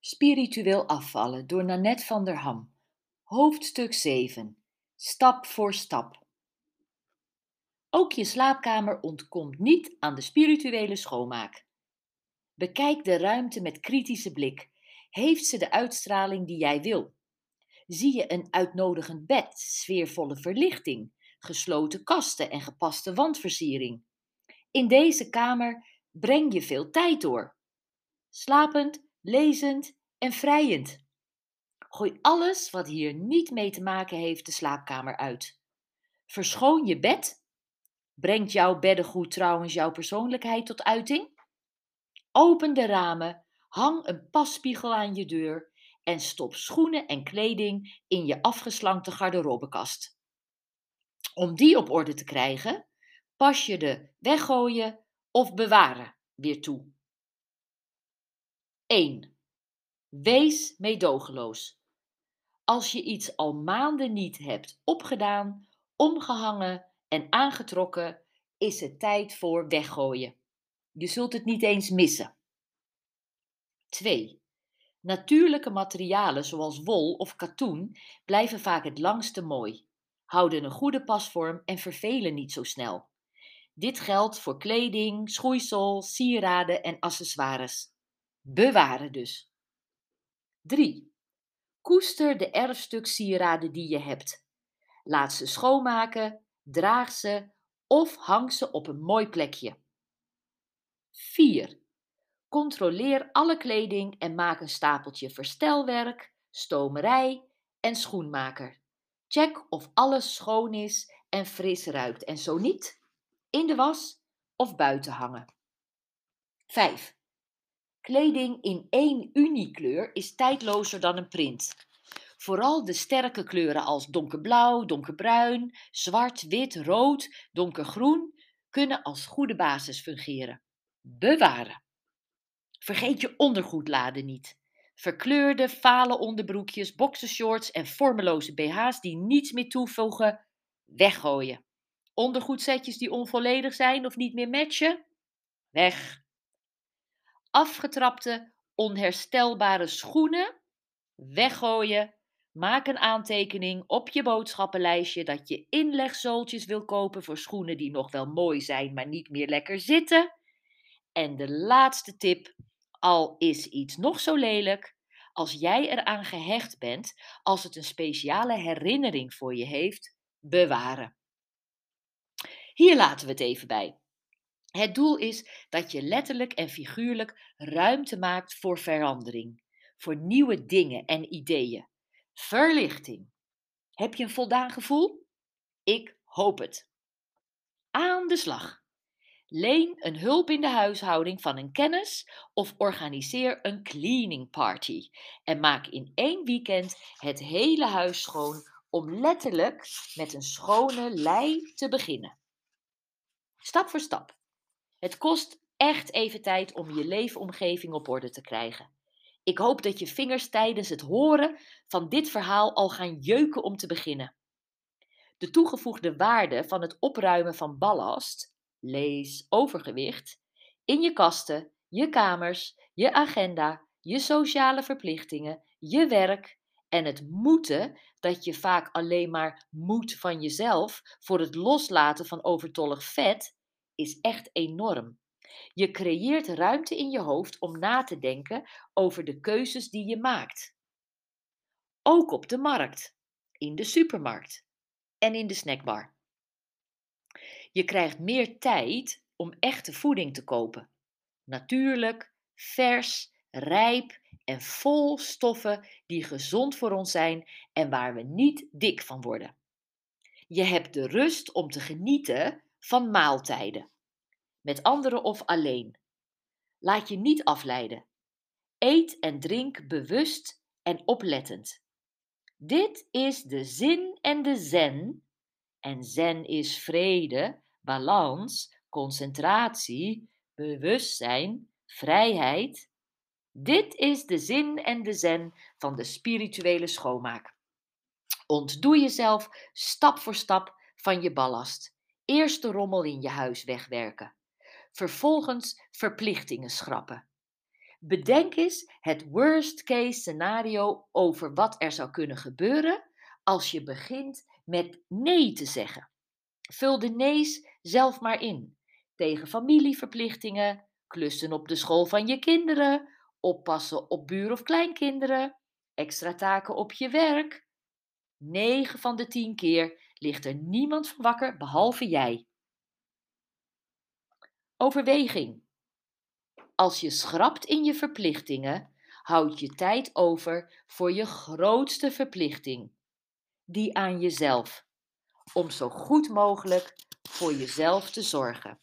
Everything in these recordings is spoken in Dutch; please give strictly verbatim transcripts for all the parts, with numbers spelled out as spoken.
Spiritueel afvallen door Nanette van der Ham. Hoofdstuk zeven. Stap voor stap. Ook je slaapkamer ontkomt niet aan de spirituele schoonmaak. Bekijk de ruimte met kritische blik. Heeft ze de uitstraling die jij wil? Zie je een uitnodigend bed, sfeervolle verlichting, gesloten kasten en gepaste wandversiering? In deze kamer breng je veel tijd door. Slapend, lezend en vrijend. Gooi alles wat hier niet mee te maken heeft de slaapkamer uit. Verschoon je bed. Brengt jouw beddengoed trouwens jouw persoonlijkheid tot uiting? Open de ramen, hang een passpiegel aan je deur en stop schoenen en kleding in je afgeslankte garderobekast. Om die op orde te krijgen, pas je de weggooien of bewaren weer toe. één. Wees meedogenloos. Als je iets al maanden niet hebt opgedaan, omgehangen en aangetrokken, is het tijd voor weggooien. Je zult het niet eens missen. twee. Natuurlijke materialen zoals wol of katoen blijven vaak het langste mooi, houden een goede pasvorm en vervelen niet zo snel. Dit geldt voor kleding, schoeisel, sieraden en accessoires. Bewaren dus. drie. Koester de erfstuksieraden die je hebt. Laat ze schoonmaken, draag ze of hang ze op een mooi plekje. vier. Controleer alle kleding en maak een stapeltje verstelwerk, stomerij en schoenmaker. Check of alles schoon is en fris ruikt en zo niet, in de was of buiten hangen. vijf. Kleding in één uniekleur is tijdlozer dan een print. Vooral de sterke kleuren als donkerblauw, donkerbruin, zwart, wit, rood, donkergroen kunnen als goede basis fungeren. Bewaren. Vergeet je ondergoedladen niet. Verkleurde, fale onderbroekjes, boxershorts en vormeloze B H's die niets meer toevoegen, weggooien. Ondergoedsetjes die onvolledig zijn of niet meer matchen, weg. Afgetrapte, onherstelbare schoenen, weggooien. Maak een aantekening op je boodschappenlijstje dat je inlegzooltjes wil kopen voor schoenen die nog wel mooi zijn, maar niet meer lekker zitten. En de laatste tip, al is iets nog zo lelijk, als jij eraan gehecht bent, als het een speciale herinnering voor je heeft, bewaren. Hier laten we het even bij. Het doel is dat je letterlijk en figuurlijk ruimte maakt voor verandering, voor nieuwe dingen en ideeën. Verlichting. Heb je een voldaan gevoel? Ik hoop het. Aan de slag. Leen een hulp in de huishouding van een kennis of organiseer een cleaning party en maak in één weekend het hele huis schoon om letterlijk met een schone lei te beginnen. Stap voor stap. Het kost echt even tijd om je leefomgeving op orde te krijgen. Ik hoop dat je vingers tijdens het horen van dit verhaal al gaan jeuken om te beginnen. De toegevoegde waarde van het opruimen van ballast, lees overgewicht, in je kasten, je kamers, je agenda, je sociale verplichtingen, je werk en het moeten dat je vaak alleen maar moet van jezelf voor het loslaten van overtollig vet, is echt enorm. Je creëert ruimte in je hoofd om na te denken over de keuzes die je maakt. Ook op de markt, in de supermarkt en in de snackbar. Je krijgt meer tijd om echte voeding te kopen. Natuurlijk, vers, rijp en vol stoffen die gezond voor ons zijn en waar we niet dik van worden. Je hebt de rust om te genieten van maaltijden. Met anderen of alleen. Laat je niet afleiden. Eet en drink bewust en oplettend. Dit is de zin en de zen. En zen is vrede, balans, concentratie, bewustzijn, vrijheid. Dit is de zin en de zen van de spirituele schoonmaak. Ontdoe jezelf stap voor stap van je ballast. Eerst de rommel in je huis wegwerken. Vervolgens verplichtingen schrappen. Bedenk eens het worst case scenario over wat er zou kunnen gebeuren als je begint met nee te zeggen. Vul de nee's zelf maar in. Tegen familieverplichtingen, klussen op de school van je kinderen, oppassen op buur- of kleinkinderen, extra taken op je werk. negen van de tien keer ligt er niemand van wakker behalve jij. Overweging. Als je schrapt in je verplichtingen, houd je tijd over voor je grootste verplichting, die aan jezelf, om zo goed mogelijk voor jezelf te zorgen.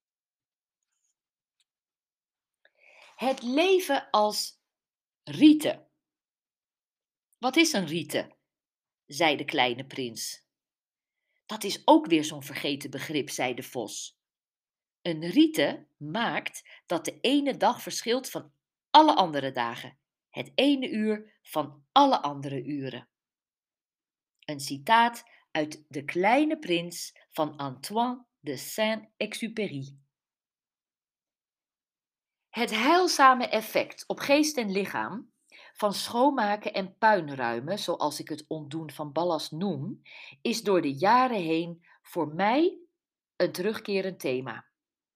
Het leven als rieten. Wat is een riete? Zei de kleine prins. Dat is ook weer zo'n vergeten begrip, zei de vos. Een riete maakt dat de ene dag verschilt van alle andere dagen, het ene uur van alle andere uren. Een citaat uit De Kleine Prins van Antoine de Saint-Exupéry. Het heilzame effect op geest en lichaam van schoonmaken en puinruimen, zoals ik het ontdoen van ballast noem, is door de jaren heen voor mij een terugkerend thema.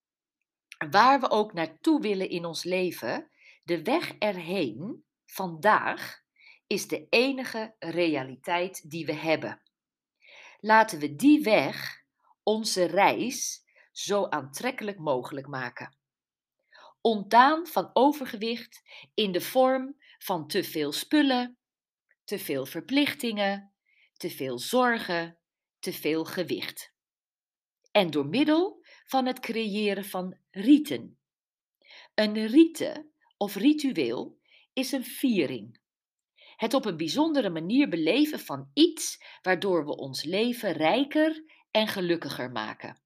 Waar we ook naartoe willen in ons leven, de weg erheen, vandaag, is de enige realiteit die we hebben. Laten we die weg, onze reis, zo aantrekkelijk mogelijk maken. Ontdaan van overgewicht in de vorm van te veel spullen, te veel verplichtingen, te veel zorgen, te veel gewicht. En door middel van het creëren van rieten. Een rite of ritueel is een viering. Het op een bijzondere manier beleven van iets waardoor we ons leven rijker en gelukkiger maken.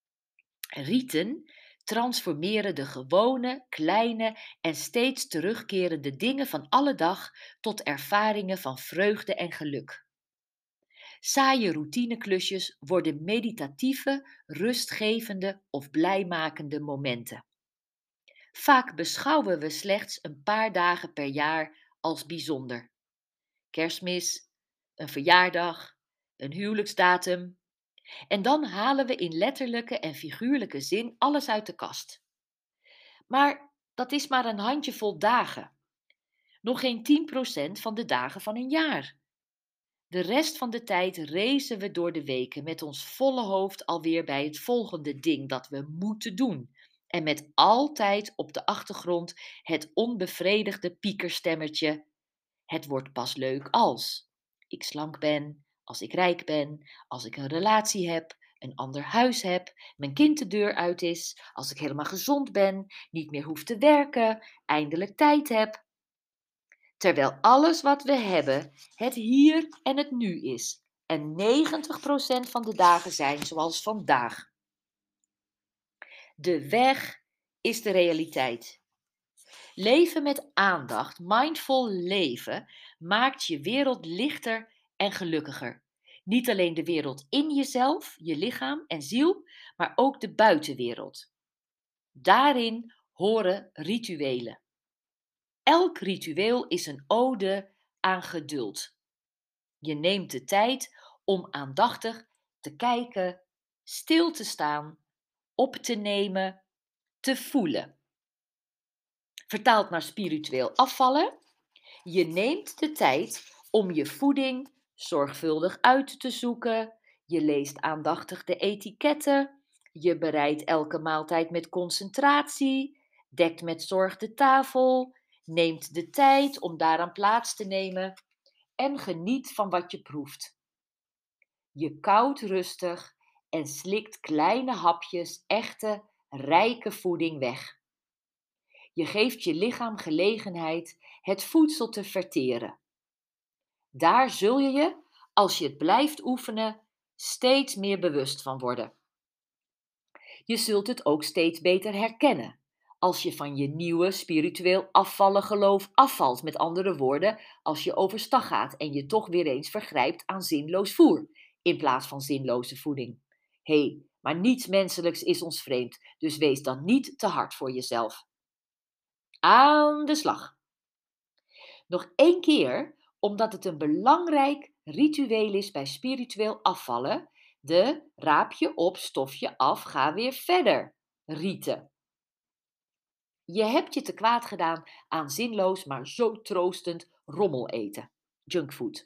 Rieten transformeren de gewone, kleine en steeds terugkerende dingen van alle dag tot ervaringen van vreugde en geluk. Saaie routineklusjes worden meditatieve, rustgevende of blijmakende momenten. Vaak beschouwen we slechts een paar dagen per jaar als bijzonder. Kerstmis, een verjaardag, een huwelijksdatum. En dan halen we in letterlijke en figuurlijke zin alles uit de kast. Maar dat is maar een handjevol dagen. Nog geen tien procent van de dagen van een jaar. De rest van de tijd racen we door de weken met ons volle hoofd alweer bij het volgende ding dat we moeten doen. En met altijd op de achtergrond het onbevredigde piekerstemmetje. Het wordt pas leuk als ik slank ben, als ik rijk ben, als ik een relatie heb, een ander huis heb, mijn kind de deur uit is, als ik helemaal gezond ben, niet meer hoef te werken, eindelijk tijd heb. Terwijl alles wat we hebben het hier en het nu is en negentig procent van de dagen zijn zoals vandaag. De weg is de realiteit. Leven met aandacht, mindful leven, maakt je wereld lichter en gelukkiger. Niet alleen de wereld in jezelf, je lichaam en ziel, maar ook de buitenwereld. Daarin horen rituelen. Elk ritueel is een ode aan geduld. Je neemt de tijd om aandachtig te kijken, stil te staan, op te nemen, te voelen. Vertaald naar spiritueel afvallen. Je neemt de tijd om je voeding zorgvuldig uit te zoeken. Je leest aandachtig de etiketten. Je bereidt elke maaltijd met concentratie. Dekt met zorg de tafel. Neemt de tijd om daaraan plaats te nemen. En geniet van wat je proeft. Je kauwt rustig en slikt kleine hapjes echte, rijke voeding weg. Je geeft je lichaam gelegenheid het voedsel te verteren. Daar zul je je, als je het blijft oefenen, steeds meer bewust van worden. Je zult het ook steeds beter herkennen, als je van je nieuwe spiritueel afvallen geloof afvalt. Met andere woorden, als je overstag gaat en je toch weer eens vergrijpt aan zinloos voer, in plaats van zinloze voeding. Hé, hey, maar niets menselijks is ons vreemd, dus wees dan niet te hard voor jezelf. Aan de slag. Nog één keer, omdat het een belangrijk ritueel is bij spiritueel afvallen. De raap je op, stof je af, ga weer verder. Rieten. Je hebt je te kwaad gedaan aan zinloos, maar zo troostend rommel eten. Junkfood.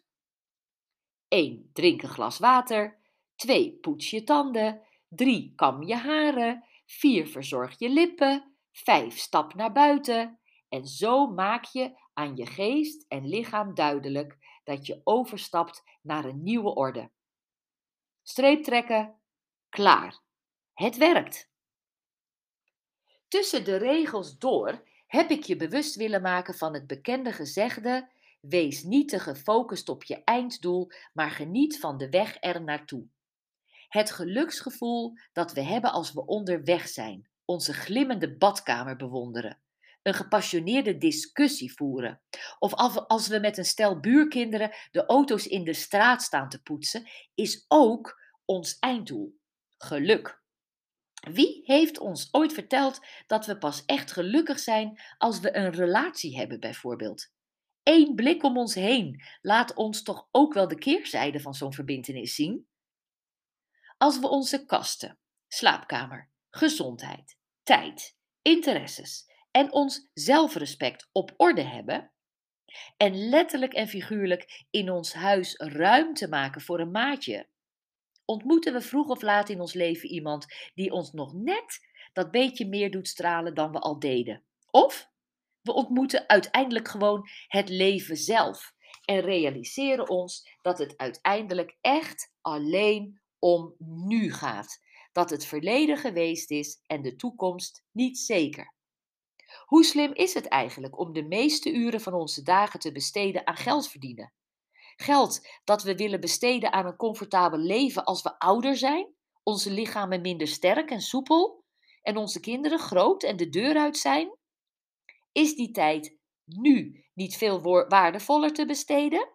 één. Drink een glas water. twee. Poets je tanden. drie. Kam je haren. vier. Verzorg je lippen. vijf. Stap naar buiten. En zo maak je aan je geest en lichaam duidelijk dat je overstapt naar een nieuwe orde. Streep trekken. Klaar. Het werkt. Tussen de regels door heb ik je bewust willen maken van het bekende gezegde: wees niet te gefocust op je einddoel, maar geniet van de weg er naartoe. Het geluksgevoel dat we hebben als we onderweg zijn, onze glimmende badkamer bewonderen, een gepassioneerde discussie voeren, of als we met een stel buurkinderen de auto's in de straat staan te poetsen, is ook ons einddoel. Geluk. Wie heeft ons ooit verteld dat we pas echt gelukkig zijn als we een relatie hebben, bijvoorbeeld? Eén blik om ons heen laat ons toch ook wel de keerzijde van zo'n verbintenis zien? Als we onze kasten, slaapkamer, gezondheid, tijd, interesses en ons zelfrespect op orde hebben en letterlijk en figuurlijk in ons huis ruimte maken voor een maatje, ontmoeten we vroeg of laat in ons leven iemand die ons nog net dat beetje meer doet stralen dan we al deden. Of we ontmoeten uiteindelijk gewoon het leven zelf en realiseren ons dat het uiteindelijk echt alleen om nu gaat. Dat het verleden geweest is en de toekomst niet zeker. Hoe slim is het eigenlijk om de meeste uren van onze dagen te besteden aan geld verdienen? Geld dat we willen besteden aan een comfortabel leven als we ouder zijn, onze lichamen minder sterk en soepel en onze kinderen groot en de deur uit zijn? Is die tijd nu niet veel waardevoller te besteden?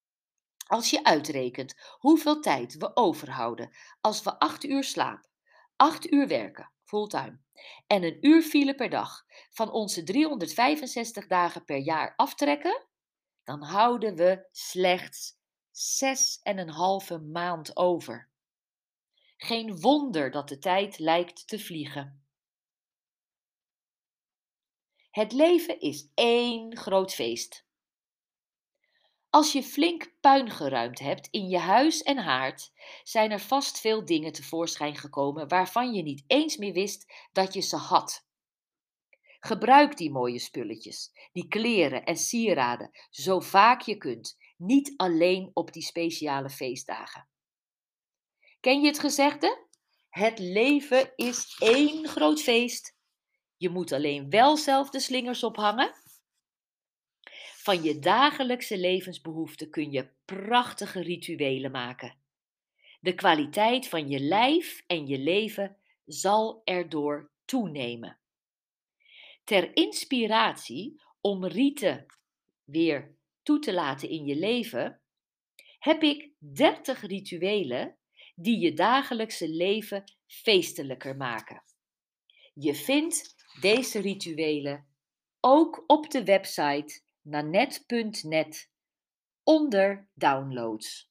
Als je uitrekent hoeveel tijd we overhouden als we acht uur slapen, acht uur werken, fulltime, en een uur file per dag van onze driehonderdvijfenzestig dagen per jaar aftrekken, dan houden we slechts zes en een halve maand over. Geen wonder dat de tijd lijkt te vliegen. Het leven is één groot feest. Als je flink puin geruimd hebt in je huis en haard, zijn er vast veel dingen tevoorschijn gekomen waarvan je niet eens meer wist dat je ze had. Gebruik die mooie spulletjes, die kleren en sieraden, zo vaak je kunt, niet alleen op die speciale feestdagen. Ken je het gezegde? Het leven is één groot feest. Je moet alleen wel zelf de slingers ophangen. Van je dagelijkse levensbehoeften kun je prachtige rituelen maken. De kwaliteit van je lijf en je leven zal erdoor toenemen. Ter inspiratie om rieten weer toe te laten in je leven, heb ik dertig rituelen die je dagelijkse leven feestelijker maken. Je vindt deze rituelen ook op de website nanette punt net onder downloads.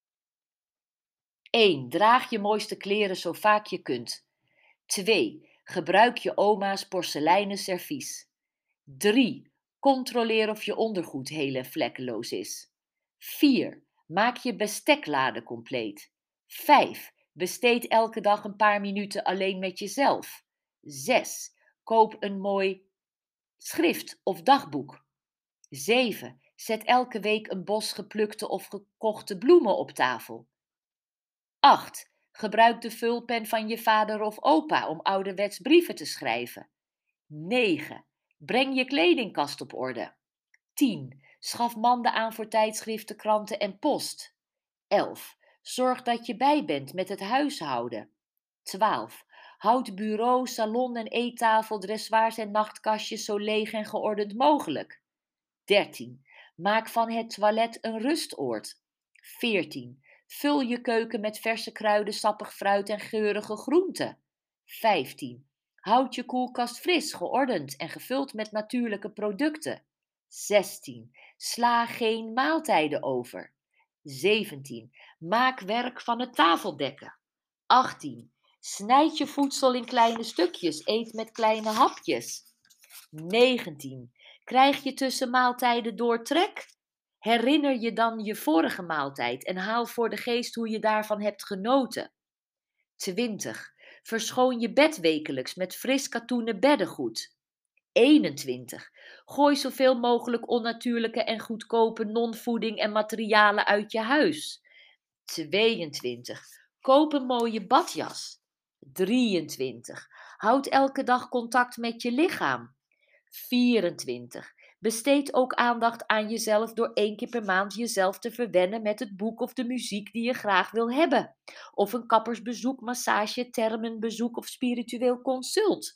één. Draag je mooiste kleren zo vaak je kunt. twee. Gebruik je oma's porseleinen servies. drie. Controleer of je ondergoed heel en vlekkeloos is. vier. Maak je besteklade compleet. vijf. Besteed elke dag een paar minuten alleen met jezelf. zes. Koop een mooi schrift of dagboek. zeven. Zet elke week een bos geplukte of gekochte bloemen op tafel. acht. Gebruik de vulpen van je vader of opa om ouderwets brieven te schrijven. negen. Breng je kledingkast op orde. tien. Schaf manden aan voor tijdschriften, kranten en post. elf. Zorg dat je bij bent met het huishouden. twaalf. Houd bureau, salon en eettafel, dressoirs en nachtkastjes zo leeg en geordend mogelijk. dertien. Maak van het toilet een rustoord. veertien. Vul je keuken met verse kruiden, sappig fruit en geurige groenten. vijftien. Houd je koelkast fris, geordend en gevuld met natuurlijke producten. zestien. Sla geen maaltijden over. zeventien. Maak werk van het tafeldekken. achttien. Snijd je voedsel in kleine stukjes, eet met kleine hapjes. negentien. Krijg je tussen maaltijden door trek? Herinner je dan je vorige maaltijd en haal voor de geest hoe je daarvan hebt genoten. twintig. Verschoon je bed wekelijks met fris katoenen beddengoed. eenentwintig. Gooi zoveel mogelijk onnatuurlijke en goedkope non-voeding en materialen uit je huis. tweeëntwintig. Koop een mooie badjas. drieëntwintig. Houd elke dag contact met je lichaam. vierentwintig. Besteed ook aandacht aan jezelf door één keer per maand jezelf te verwennen met het boek of de muziek die je graag wil hebben. Of een kappersbezoek, massage, termenbezoek of spiritueel consult.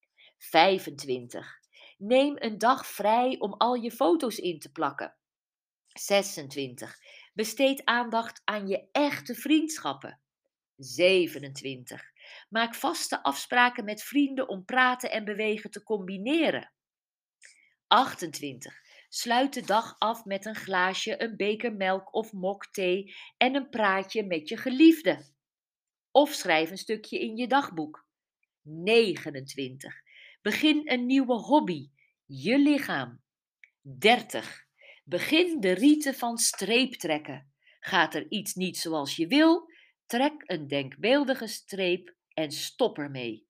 vijfentwintig. Neem een dag vrij om al je foto's in te plakken. zesentwintig. Besteed aandacht aan je echte vriendschappen. zevenentwintig. Maak vaste afspraken met vrienden om praten en bewegen te combineren. achtentwintig. Sluit de dag af met een glaasje, een beker melk of mok thee en een praatje met je geliefde. Of schrijf een stukje in je dagboek. negenentwintig. Begin een nieuwe hobby, je lichaam. dertig. Begin de rite van streeptrekken. Gaat er iets niet zoals je wil? Trek een denkbeeldige streep en stop ermee.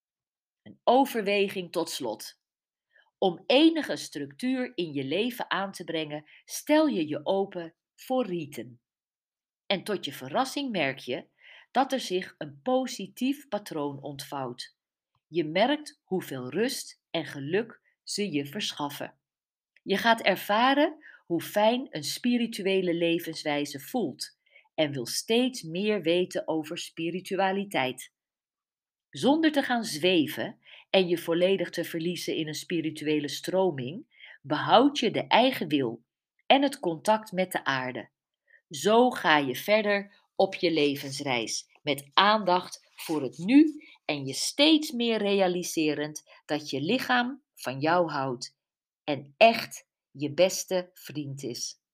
Een overweging tot slot. Om enige structuur in je leven aan te brengen, stel je je open voor riten. En tot je verrassing merk je dat er zich een positief patroon ontvouwt. Je merkt hoeveel rust en geluk ze je verschaffen. Je gaat ervaren hoe fijn een spirituele levenswijze voelt en wil steeds meer weten over spiritualiteit. Zonder te gaan zweven en je volledig te verliezen in een spirituele stroming, behoud je de eigen wil en het contact met de aarde. Zo ga je verder op je levensreis met aandacht voor het nu en je steeds meer realiserend dat je lichaam van jou houdt en echt je beste vriend is.